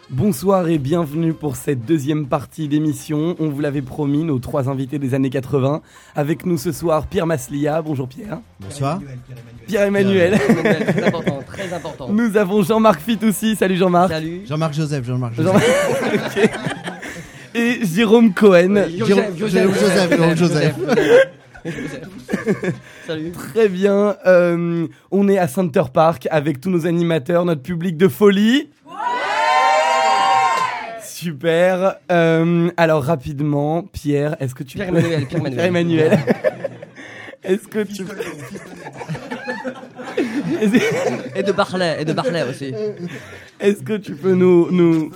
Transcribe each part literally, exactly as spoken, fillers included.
Bonsoir et bienvenue pour cette deuxième partie d'émission. On vous l'avait promis, nos trois invités des années quatre-vingts. Avec nous ce soir, Pierre Maslia. Bonjour Pierre. Bonsoir. Pierre-Emmanuel. Pierre-Emmanuel. Très important, très important. Nous avons Jean-Marc Fitoussi. Salut Jean-Marc. Salut. Jean-Marc Joseph, Jean-Marc Joseph. Jean-Marc. Okay. Et Jérôme Cohen. Euh, Joseph, Joseph, Joseph, Joseph, Joseph. Joseph. Salut. Très bien. Euh, on est à Center Park avec tous nos animateurs, notre public de folie. Super. Euh, alors rapidement, Pierre, est-ce que tu Pierre-Emmanuel, peux... Pierre-Emmanuel. Pierre-Emmanuel. Est-ce que tu Et de Barlet, et de Barlet aussi. Est-ce que tu peux nous nous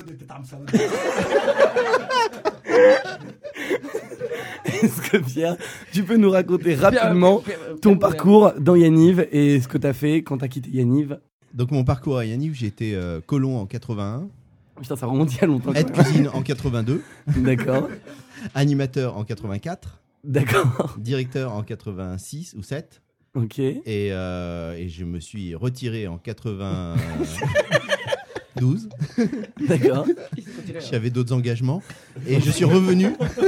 Est-ce que Pierre, tu peux nous raconter rapidement Pierre, Pierre, ton Pierre, parcours dans Yaniv et ce que tu as fait quand tu as quitté Yaniv? Donc mon parcours à Yaniv, j'ai été euh, colon en quatre-vingt-un, Putain, ça remonte il y a longtemps. aide cuisine en quatre-vingt-deux, D'accord. animateur en quatre-vingt-quatre, D'accord. directeur en quatre-vingt-six ou sept, Ok. et, euh, et je me suis retiré en quatre-vingt-douze. D'accord. J'avais d'autres engagements et je suis revenu.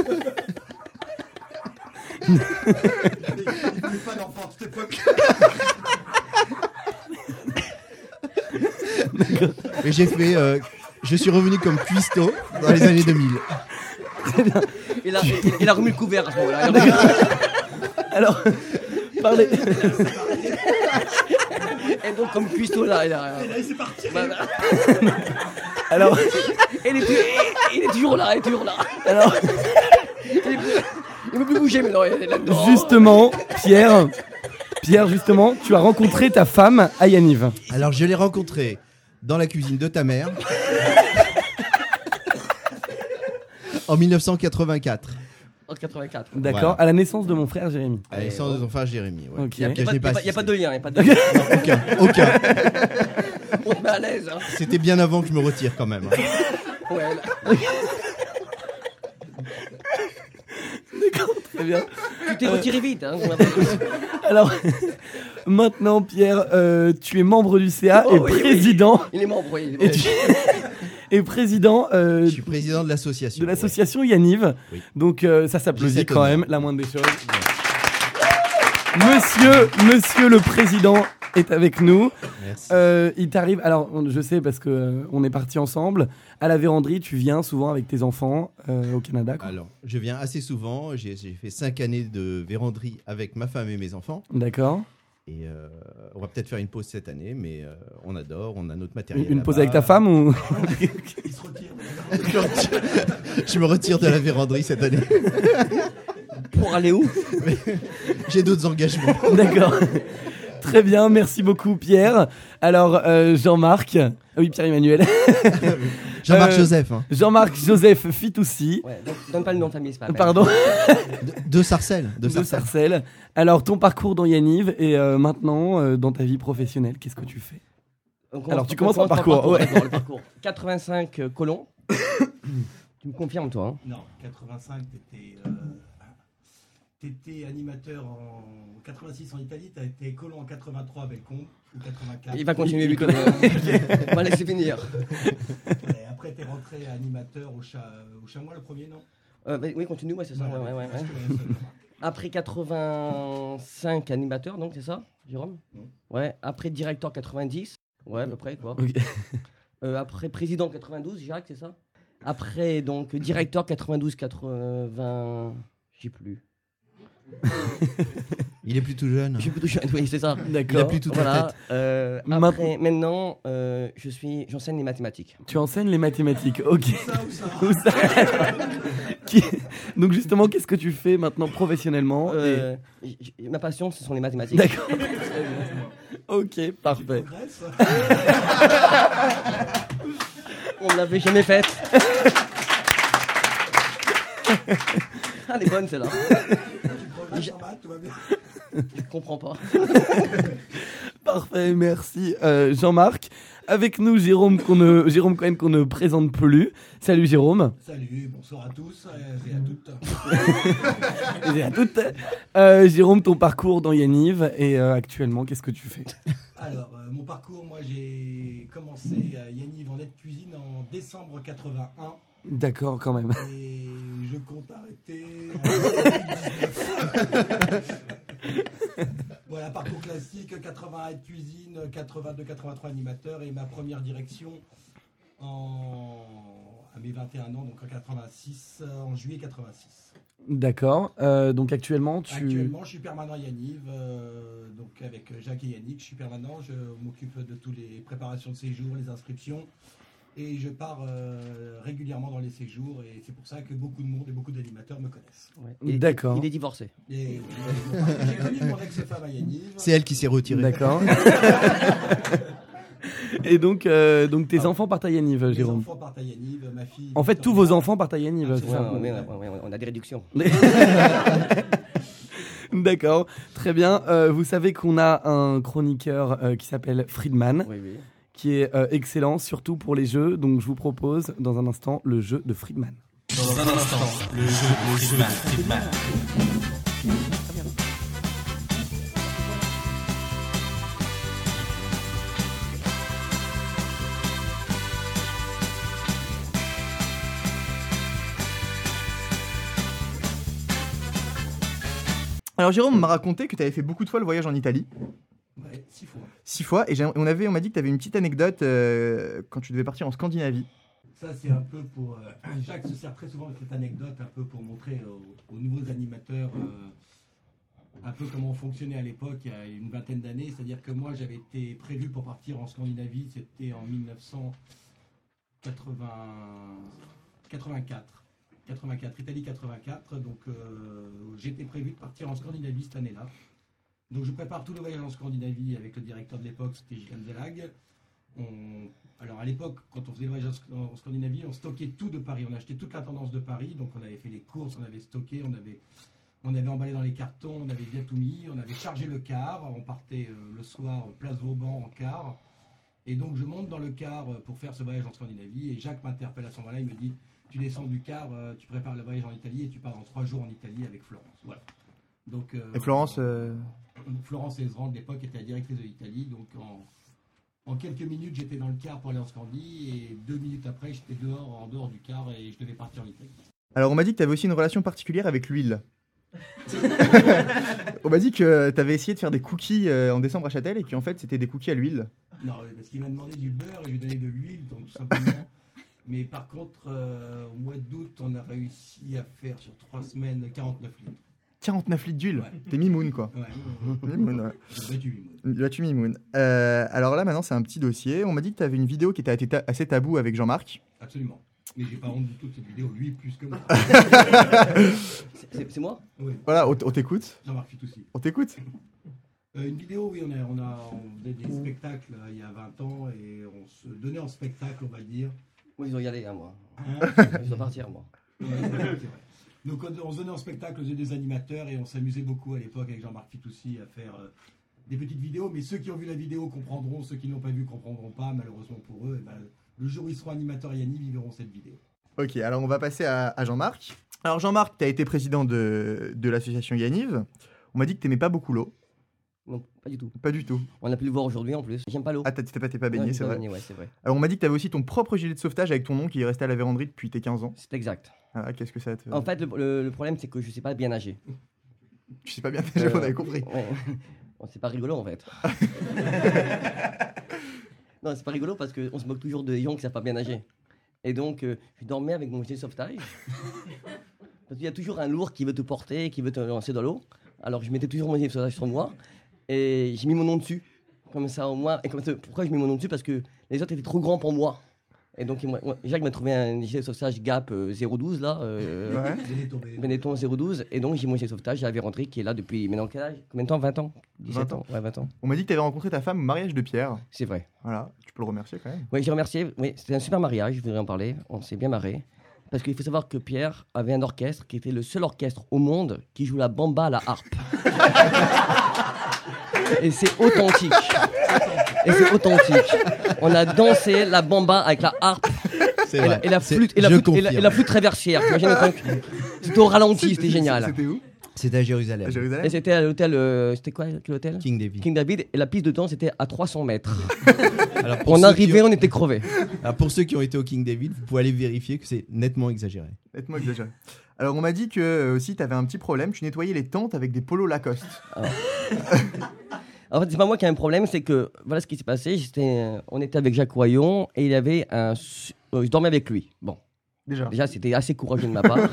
Et j'ai fait. euh, je suis revenu comme cuistot dans les années deux mille. Il a, il, il a remis le couvert à ce moment-là. Il a remis- Alors, parlez. Et donc, comme cuistot là, il a. Et là, c'est parti. Alors, il, est, il est toujours là, il est toujours là. alors, Il, est plus- il veut plus bouger, mais non, il est là-dedans. justement, Pierre, Pierre, justement, tu as rencontré ta femme à Yaniv. Alors je l'ai rencontré dans la cuisine de ta mère en mille neuf cent quatre-vingt-quatre. En quatre-vingt-quatre. D'accord. Voilà. À la naissance de mon frère Jérémy. À la naissance de ton frère Jérémy. Ouais. Ok. Il n'y a, Auquel pas- je n'ai il y a pas- il y a assisté. pas de lien, il n'y a pas de lien. Non, aucun, aucun. On te met à l'aise. Hein. C'était bien avant que je me retire quand même. hein. Ouais, là. D'accord, très bien. Tu t'es retiré vite. Hein. Alors, maintenant, Pierre, euh, tu es membre du C A Oh, et oui, oui. président. Il est membre, oui. Et, tu... et président euh, Je suis président de l'association. de l'association Yaniv. Oui. Donc, euh, ça J'ai s'applaudit cet quand honneur. même, la moindre des choses. Monsieur, monsieur le président est avec nous. Ouais. Merci. Euh, il t'arrive, alors on- je sais parce que euh, on est partis ensemble. À la véranderie, tu viens souvent avec tes enfants euh, au Canada. quoi. Alors, je viens assez souvent. J'ai j'ai fait cinq années de véranderie avec ma femme et mes enfants. D'accord. Et euh, on va peut-être faire une pause cette année, mais euh, on adore. On a notre matériel. Une pause là-bas. avec ta femme ou Je me retire de la véranderie cette année. Pour aller où? J'ai d'autres engagements. D'accord. Très bien, merci beaucoup Pierre. Alors euh, Jean-Marc, ah oui Pierre-Emmanuel. Jean-Marc Euh, Joseph. hein. Jean-Marc Joseph Fitoussi. Ouais, donc, donne pas le nom de famille, c'est pas la peine. Pardon. De, de Sarcelles. De De Sarcelles. Sarcelles. Alors ton parcours dans Yaniv et euh, maintenant euh, dans ta vie professionnelle, qu'est-ce que tu fais? On commence- Alors, tu on commences par commence parcours, ouais. d'accord, le parcours. quatre-vingt-cinq euh, colons. Tu me confirmes, toi hein? Non, quatre-vingt-cinq, t'étais, euh, t'étais animateur en quatre-vingt-six en Italie, t'as été colon en quatre-vingt-trois à Bellecombe, ou quatre-vingt-quatre. Il va continuer, Il lui. connaît. On va laisser finir. Et après, t'es rentré animateur au, cha... au Chamois, le premier, non Euh, bah, oui, continue, ouais, c'est ça. Voilà, ouais, ouais, ouais, parce ouais. que la seule. Après quatre-vingt-cinq animateurs, donc c'est ça, Jérôme? Mm. Ouais. Après directeur quatre-vingt-dix. Ouais, à peu près, quoi. Ok. Euh, après président quatre-vingt-douze, Jacques, c'est ça? Après, donc, directeur quatre-vingt-douze quatre-vingts. Je sais plus. Il est plutôt jeune. Je suis plutôt jeune, oui, c'est ça. D'accord. Il a plus toute la Voilà. tête. Euh, Ma- après, maintenant, euh, je suis, j'enseigne les mathématiques. Tu enseignes les mathématiques. Ok. Ça ou ça Où ça Qui- Donc justement, qu'est-ce que tu fais maintenant professionnellement et- Euh, j- j- ma passion, ce sont les mathématiques. D'accord. Ok, parfait. Progresse. On ne l'avait jamais faite. Ah, elle est bonne celle-là. Progresse en maths, tout va bien. Je comprends pas. Parfait, merci euh, Jean-Marc. Avec nous, Jérôme, qu'on ne, Jérôme Cohen, qu'on ne présente plus. Salut Jérôme. Salut, bonsoir à tous euh, et à toutes. Et à toutes. Euh, Jérôme, ton parcours dans Yaniv et euh, actuellement, qu'est-ce que tu fais? Alors, euh, mon parcours, moi j'ai commencé à Yaniv en aide-cuisine en décembre quatre-vingt-un. D'accord, quand même. Et je compte arrêter. Voilà, parcours classique, quatre-vingts aide-cuisine, quatre-vingt-deux quatre-vingt-trois animateurs et ma première direction en... à mes vingt et un ans, donc en quatre-vingt-six, en juillet quatre-vingt-six. D'accord. Euh, donc actuellement, tu... Actuellement, je suis permanent à Yaniv, euh, donc avec Jacques et Yannick, je suis permanent, je m'occupe de toutes les préparations de séjour, les inscriptions, et je pars euh, régulièrement dans les séjours, et c'est pour ça que beaucoup de monde et beaucoup d'animateurs me connaissent. Ouais. Et- D'accord. Il est divorcé. Et j'ai connu mon ex-femme à Yaniv. C'est elle qui s'est retirée. D'accord. Et donc, euh, donc tes Ah. enfants partent à Yaniv, Mes Jérôme. enfants partent à Yaniv, ma fille. En fait, tous vos enfants partent à Yaniv, c'est Ouais, ça? ouais, ouais, ouais, ouais, on a des réductions. D'accord, très bien. Euh, vous savez qu'on a un chroniqueur euh, qui s'appelle Friedman, Oui, oui. qui est euh, excellent, surtout pour les jeux. Donc, je vous propose dans un instant le jeu de Friedman. Dans un instant, le jeu de Friedman. Friedman. Alors Jérôme m'a raconté que tu avais fait beaucoup de fois le voyage en Italie, Ouais, six fois. six fois, et j'ai- on, avait, on m'a dit que tu avais une petite anecdote euh, quand tu devais partir en Scandinavie. Ça, c'est un peu pour. Euh, Jacques se sert très souvent de cette anecdote, un peu pour montrer aux, aux nouveaux animateurs euh, un peu comment on fonctionnait à l'époque, il y a une vingtaine d'années. C'est-à-dire que moi, j'avais été prévu pour partir en Scandinavie, c'était en mille neuf cent quatre-vingt-quatre. quatre-vingt-quatre, Italie quatre-vingt-quatre. Donc, euh, j'étais prévu de partir en Scandinavie cette année-là. Donc, je prépare tout le voyage en Scandinavie avec le directeur de l'époque, c'était Gilles Zelag. On... Alors à l'époque, quand on faisait le voyage en en Scandinavie, on stockait tout de Paris, on achetait toute la tendance de Paris, donc on avait fait les courses, on avait stocké, on avait, on avait emballé dans les cartons, on avait bien tout mis, on avait chargé le car, on partait euh, le soir place Vauban en car, et donc je monte dans le car euh, pour faire ce voyage en Scandinavie, et Jacques m'interpelle à ce moment-là, il me dit, tu descends du car, euh, tu prépares le voyage en Italie, et tu pars dans trois jours en Italie avec Florence. Voilà. Donc, euh, Et Florence, euh, Florence Ezran, de l'époque, était la directrice de l'Italie, donc en... En quelques minutes, j'étais dans le car pour aller en Scandie et deux minutes après, j'étais dehors, en dehors du car et je devais partir en Italie. alors on m'a dit que tu avais aussi une relation particulière avec l'huile. On m'a dit que tu avais essayé de faire des cookies euh, en décembre à Châtel et qu'en fait c'était des cookies à l'huile. Non, parce qu'il m'a demandé du beurre et je lui ai donné de l'huile, donc tout simplement. Mais par contre, euh, au mois d'août, on a réussi à faire sur trois semaines quarante-neuf litres. quarante-neuf litres d'huile. Ouais. T'es mimoun quoi. Ouais, Mimoun, ouais. j'ai battu lui, moi. Là, tu mimoun. Euh, alors là maintenant c'est un petit dossier. On m'a dit que tu avais une vidéo qui était assez ta- assez tabou avec Jean-Marc. Absolument. Mais j'ai pas honte du tout de cette vidéo, lui plus que moi. C'est- C'est c'est moi? Oui, Voilà, on, t- on t'écoute. Jean-Marc Fitoussi. On t'écoute. Euh, une vidéo, oui, on, a, on, a, on faisait des spectacles euh, il y a vingt ans et on se donnait en spectacle, on va dire. Moi, ils ont y aller, hein, moi. Hein. Ils doivent partir, moi. Ouais, c'est vrai. Donc on, on se donnait en spectacle, on faisait des animateurs et on s'amusait beaucoup à l'époque avec Jean-Marc Fitoussi à faire euh, des petites vidéos. Mais ceux qui ont vu la vidéo comprendront, ceux qui ne l'ont pas vu comprendront pas, malheureusement pour eux. Et ben, le jour où ils seront animateurs Yanniv, ils verront cette vidéo. Ok, alors on va passer à, à Jean-Marc. Alors Jean-Marc, tu as été président de, de l'association Yaniv. On m'a dit que t'aimais pas beaucoup l'eau. Non, pas du tout. Pas du tout. On a pu le voir aujourd'hui en plus. J'aime pas l'eau. Ah, t'as- t'es pas, t'es pas baigné, Ouais, c'est pas vrai. baigné, ouais, c'est vrai. Alors on m'a dit que tu avais aussi ton propre gilet de sauvetage avec ton nom qui est resté à la véranderie depuis tes quinze ans. C'est exact. Ah, qu'est-ce que ça te... En fait, le, le- le problème, c'est que je sais pas bien nager. Tu sais pas bien déjà, Euh, on avait compris. Ouais. Bon, c'est pas rigolo en fait. Non, c'est pas rigolo parce qu'on se moque toujours de gens qui savent pas bien nager. Et donc, euh, je dormais avec mon gilet de sauvetage. Parce qu'il y a toujours un lourd qui veut te porter, qui veut te lancer dans l'eau. Alors, je mettais toujours mon gilet de sauvetage sur moi. Et j'ai mis mon nom dessus. Comme ça, au moins. Et comme ça, pourquoi j'ai mis mon nom dessus? Parce que les autres étaient trop grands pour moi. Et donc, moi, moi, Jacques m'a trouvé un gilet de sauvetage Gap euh, zéro douze, là. euh, Ouais. Benetton, Benetton. Benetton zéro douze. Et donc, j'ai mon gilet de sauvetage à la véranderie qui est là depuis maintenant quel âge? Combien de temps? vingt ans? dix-sept vingt ans. Ouais, vingt ans. On m'a dit que tu avais rencontré ta femme au mariage de Pierre. C'est vrai. Voilà, tu peux le remercier quand même. Oui, j'ai remercié. Oui, c'était un super mariage, je voudrais en parler. On s'est bien marré. Parce qu'il faut savoir que Pierre avait un orchestre qui était le seul orchestre au monde qui joue la bamba à la harpe. Et c'est authentique. Et c'est authentique. On a dansé la bamba avec la harpe C'est et la, vrai. et la C'est- flûte, et la je flûte, et la, confirme. et la flûte traversière. T'imagines le truc? C'était au ralenti, c'était génial. C'était où? C'était à Jérusalem. À Jérusalem. Et c'était à l'hôtel, euh, c'était quoi l'hôtel? King David. King David, et la piste de danse était à trois cents mètres. Alors, pour On ceux qui arrivait, ont- on était crevés. Alors, pour ceux qui ont été au King David, vous pouvez aller vérifier que c'est nettement exagéré. Laisse-moi exagérer. Alors, on m'a dit que euh, aussi, tu avais un petit problème. Tu nettoyais les tentes avec des polos Lacoste. En fait, c'est pas moi qui ai un problème, c'est que voilà ce qui s'est passé. J'étais, euh, on était avec Jacques Royon et il avait un. su- euh, je dormais avec lui. Bon, Déjà. déjà, c'était assez courageux de ma part.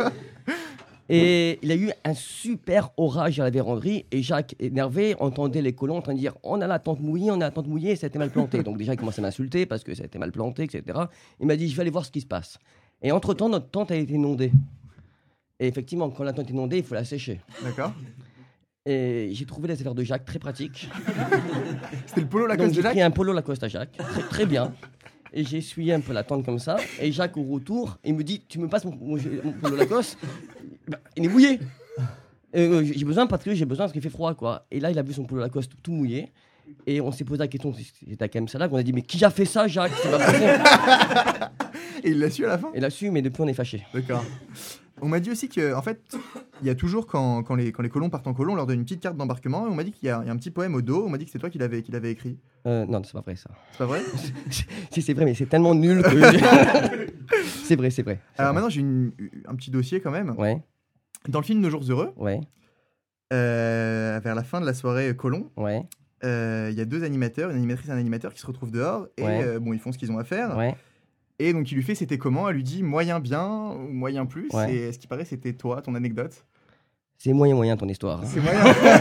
Et il a eu un super orage à la véranderie. Et Jacques, énervé, entendait les colons en train de dire on a la tente mouillée, on a la tente mouillée, et ça a été mal planté. Donc, déjà, il commençait à m'insulter parce que ça a été mal planté, et cetera. Il m'a dit je vais aller voir ce qui se passe. Et entre-temps, notre tente a été inondée. Et effectivement, quand la tente est inondée, il faut la sécher. D'accord. Et j'ai trouvé les affaires de Jacques très pratiques. C'était le polo Donc Lacoste j'ai de Jacques. pris un polo Lacoste à Jacques, très, très bien. Et j'ai essuyé un peu la tente comme ça. Et Jacques, au retour, il me dit tu me passes mon, mon- mon polo Lacoste? Ben, il est mouillé. Euh, j'ai besoin parce que j'ai besoin parce qu'il fait froid, quoi. Et là, il a vu son polo Lacoste tout mouillé. Et on s'est posé la question, c'était quand même ça là, qu'on a dit mais qui a fait ça, Jacques? C'est pas possible. Et il l'a su à la fin. Et là-dessus, mais depuis, on est fâchés. D'accord. On m'a dit aussi que, en fait, il y a toujours, quand, quand, les, quand les colons partent en colon, on leur donne une petite carte d'embarquement. Et on m'a dit qu'il y, a il y a un petit poème au dos. On m'a dit que c'est toi qui l'avais qui l'avais écrit. Euh, non, c'est pas vrai ça. C'est pas vrai? Si c'est vrai, mais c'est tellement nul que. C'est vrai, c'est vrai. C'est Alors vrai. maintenant, j'ai une- un petit dossier quand même. Ouais, Dans le film Nos Jours Heureux, ouais, euh, vers la fin de la soirée colon, ouais, euh, il y a deux animateurs, une animatrice et un animateur qui se retrouvent dehors. Et Ouais. euh, bon, ils font ce qu'ils ont à faire. ouais. Et donc, il lui fait c'était comment? Elle lui dit moyen bien ou moyen plus. Ouais. Et ce qui paraît, c'était toi, ton anecdote. C'est moyen, moyen ton histoire. hein. C'est moyen.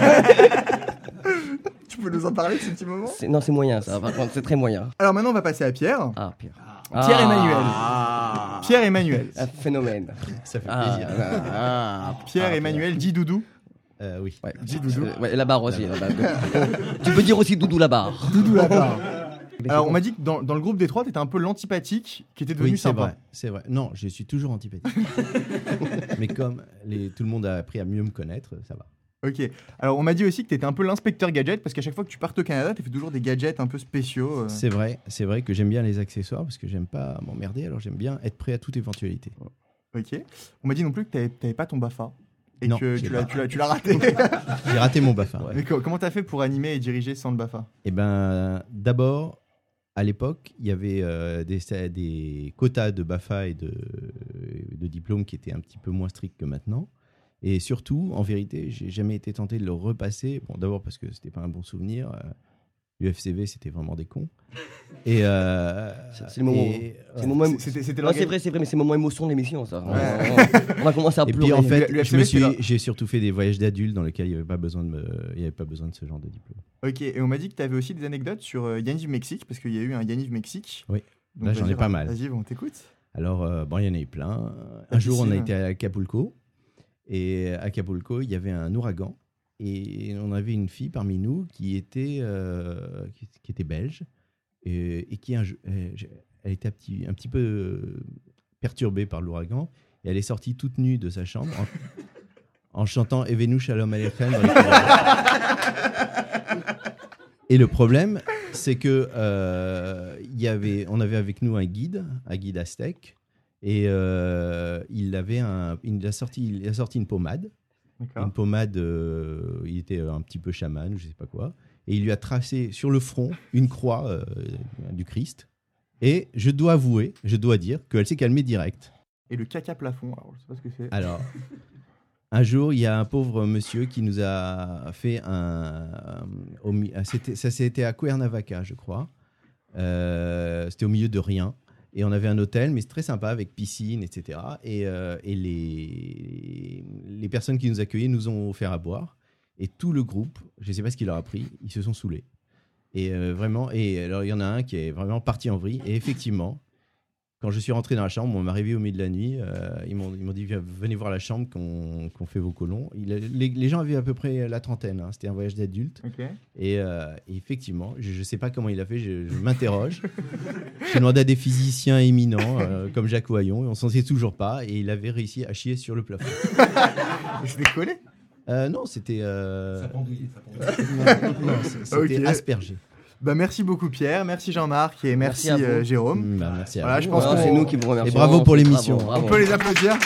Tu peux nous en parler de ce petit moment? C'est- Non, c'est moyen ça. Par contre, c'est très moyen. Alors maintenant, on va passer à Pierre. Ah, Pierre. Pierre Emmanuel. Ah. Pierre Emmanuel. Un phénomène. Ça fait Ah, plaisir. ah, Pierre ah, Emmanuel dit Doudou. Euh, oui. Ouais. Dis Doudou. Euh, ouais, la barre aussi. la barre. Tu peux dire aussi Doudou la barre. Doudou la barre. Mais Alors, c'est on m'a dit que dans, dans le groupe des trois, t'étais un peu l'antipathique qui était devenu Oui, c'est sympa. vrai, c'est vrai. Non, je suis toujours antipathique. Mais comme les, tout le monde a appris à mieux me connaître, ça va. Ok. Alors, on m'a dit aussi que t'étais un peu l'inspecteur gadget parce qu'à chaque fois que tu partes au Canada, tu fais toujours des gadgets un peu spéciaux. euh. C'est vrai, c'est vrai que j'aime bien les accessoires parce que j'aime pas m'emmerder, alors j'aime bien être prêt à toute éventualité. Ok. On m'a dit non plus que t'avais, t'avais pas ton BAFA. Et Non, que j'ai tu l'as, pas. tu, l'as, tu l'as raté. J'ai raté mon BAFA. Mais co- comment t'as fait pour animer et diriger sans le BAFA? Eh ben, d'abord, à l'époque, il y avait euh, des, des quotas de BAFA et de, de diplômes qui étaient un petit peu moins stricts que maintenant. Et surtout, en vérité, j'ai jamais été tenté de le repasser. Bon, d'abord parce que c'était pas un bon souvenir. Euh, L'U F C V, c'était vraiment des cons. Et euh, C'est- c'est le moment- et, C'est le moment. C'était, c'était Non, c'est l'orga- vrai, c'est vrai, mais c'est le moment émotion de l'émission, ça. On- Ouais. On, on va commencer à Et pleurer. puis en fait, Le- le je me F C V, c'est suis, j'ai surtout fait des voyages d'adultes dans lesquels il n'y avait pas besoin de me, il y avait pas besoin de ce genre de diplôme. Ok. Et on m'a dit que t'avais aussi des anecdotes sur euh, Yaniv Mexique parce qu'il y a eu un Yaniv Mexique. Oui. Donc, Là, j'en vas-y, ai pas mal. Vas-y, on t'écoute. Alors, euh, bon, il y en a eu plein. Un Ah, jour, on a piscine. été à Acapulco. Et à Acapulco, il y avait un ouragan. Et on avait une fille parmi nous qui était, euh, qui, qui était belge. Et, et qui, un jou- elle, elle était un petit, un petit peu euh, perturbée par l'ouragan. Et elle est sortie toute nue de sa chambre en, en chantant Evenu Shalom Aleichem dans les couloirs. Et le problème, c'est que euh, il y avait, on avait avec nous un guide, un guide aztèque, et euh, il avait un, il a sorti, il a sorti une pommade, D'accord. une pommade, euh, il était un petit peu chaman, je sais pas quoi, et il lui a tracé sur le front une croix euh, du Christ. Et je dois avouer, je dois dire qu'elle s'est calmée direct. Et le caca plafond, alors je sais pas ce que c'est. Alors, un jour, il y a un pauvre monsieur qui nous a fait un. au mi- ah, c'était- ça, c'était à Cuernavaca, je crois. Euh, c'était au milieu de rien. Et on avait un hôtel, mais c'est très sympa, avec piscine, et cetera. Et, euh, et les, les personnes qui nous accueillaient nous ont offert à boire. Et tout le groupe, je ne sais pas ce qu'il leur a pris, ils se sont saoulés. Et euh, vraiment, et alors il y en a un qui est vraiment parti en vrille. Et effectivement, quand je suis rentré dans la chambre, on m'a réveillé au milieu de la nuit. euh, ils m'ont ils m'ont dit, venez voir la chambre qu'on qu'on fait vos colons. Il a- les, les gens avaient à peu près la trentaine. hein. C'était un voyage d'adultes. Ok. Et, euh, et effectivement, je ne sais pas comment il a fait, je, je m'interroge. J'ai demandé à des physiciens éminents, euh, comme Jacques Oyon, et on ne s'en sait toujours pas. Et il avait réussi à chier sur le plafond. Et c'était collé. Euh, non, c'était... euh, Ça pendouille, ça pendouille. non, non, c- c'était Ok. aspergé. Bah, merci beaucoup Pierre, merci Jean-Marc et merci, Merci à vous. euh, Jérôme. Mmh, bah, merci à Voilà, vous. je pense Non, qu'on- c'est nous qui vous remercions. Et bravo pour l'émission. Bravo, On bravo. peut les applaudir.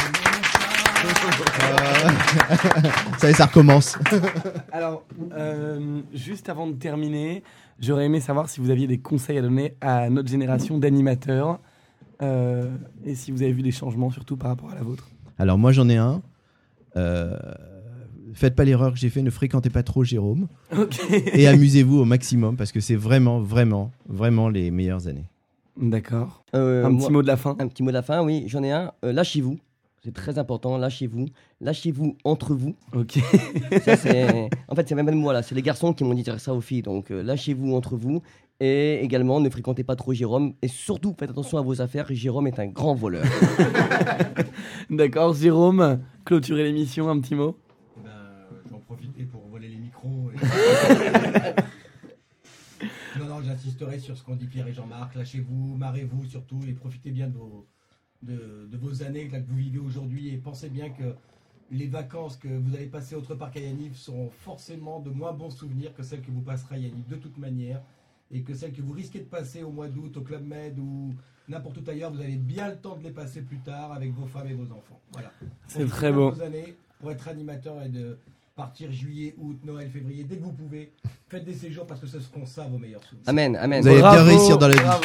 Ça y est, ça recommence. Alors, euh, juste avant de terminer, j'aurais aimé savoir si vous aviez des conseils à donner à notre génération d'animateurs euh, et si vous avez vu des changements, surtout par rapport à la vôtre. Alors moi j'en ai un. Euh, faites pas l'erreur que j'ai fait, ne fréquentez pas trop Jérôme Ok. et amusez-vous au maximum parce que c'est vraiment, vraiment, vraiment les meilleures années. D'accord. Euh, Un moi- petit mot de la fin. Un petit mot de la fin, oui, j'en ai un. Euh, lâchez-vous. C'est très important, lâchez-vous. Lâchez-vous entre vous. Ok. Ça, c'est... En fait, c'est même moi là, c'est les garçons qui m'ont dit de dire ça aux filles. Donc, euh, lâchez-vous entre vous. Et également, ne fréquentez pas trop Jérôme. Et surtout, faites attention à vos affaires. Jérôme est un grand voleur. D'accord, Jérôme, clôturer l'émission, un petit mot. Eh ben, euh, je vais en profiter pour voler les micros. et- non, non, j'insisterai sur ce qu'ont dit Pierre et Jean-Marc. Lâchez-vous, marrez-vous surtout et profitez bien de vos, de, de vos années là, que vous vivez aujourd'hui. Et pensez bien que les vacances que vous allez passer autre part qu'à Yaniv seront forcément de moins bons souvenirs que celles que vous passerez à Yaniv de toute manière. Et que celles que vous risquez de passer au mois d'août au Club Med ou n'importe où ailleurs, vous avez bien le temps de les passer plus tard avec vos femmes et vos enfants. Voilà. C'est Profitez très de beau. vos années pour être animateur et de partir juillet, août, Noël, février, dès que vous pouvez. Faites des séjours parce que ce seront ça vos meilleurs souvenirs. Amen, amen. Vous allez bien réussir dans la vie. bravo.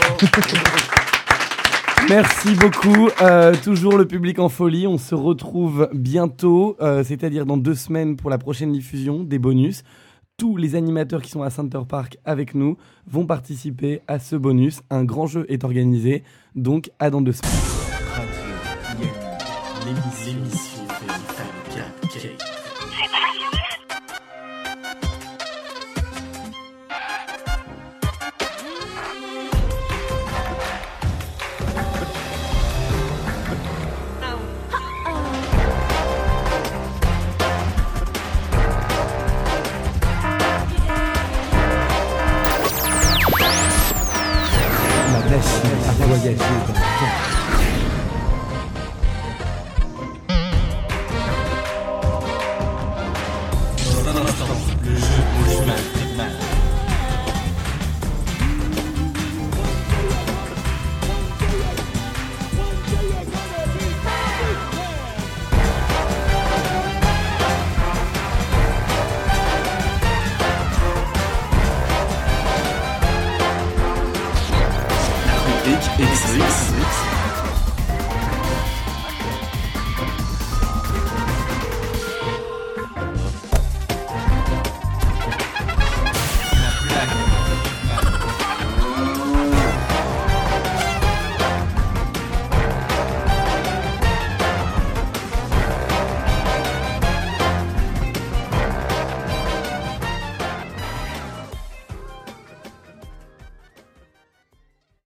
Merci beaucoup. Euh, toujours le public en folie. On se retrouve bientôt, euh, c'est-à-dire dans deux semaines pour la prochaine diffusion des bonus. Tous les animateurs qui sont à Center Park avec nous vont participer à ce bonus. Un grand jeu est organisé, donc à dans deux semaines. L'émission fait le cupcake. La machine à voyager dans le temps.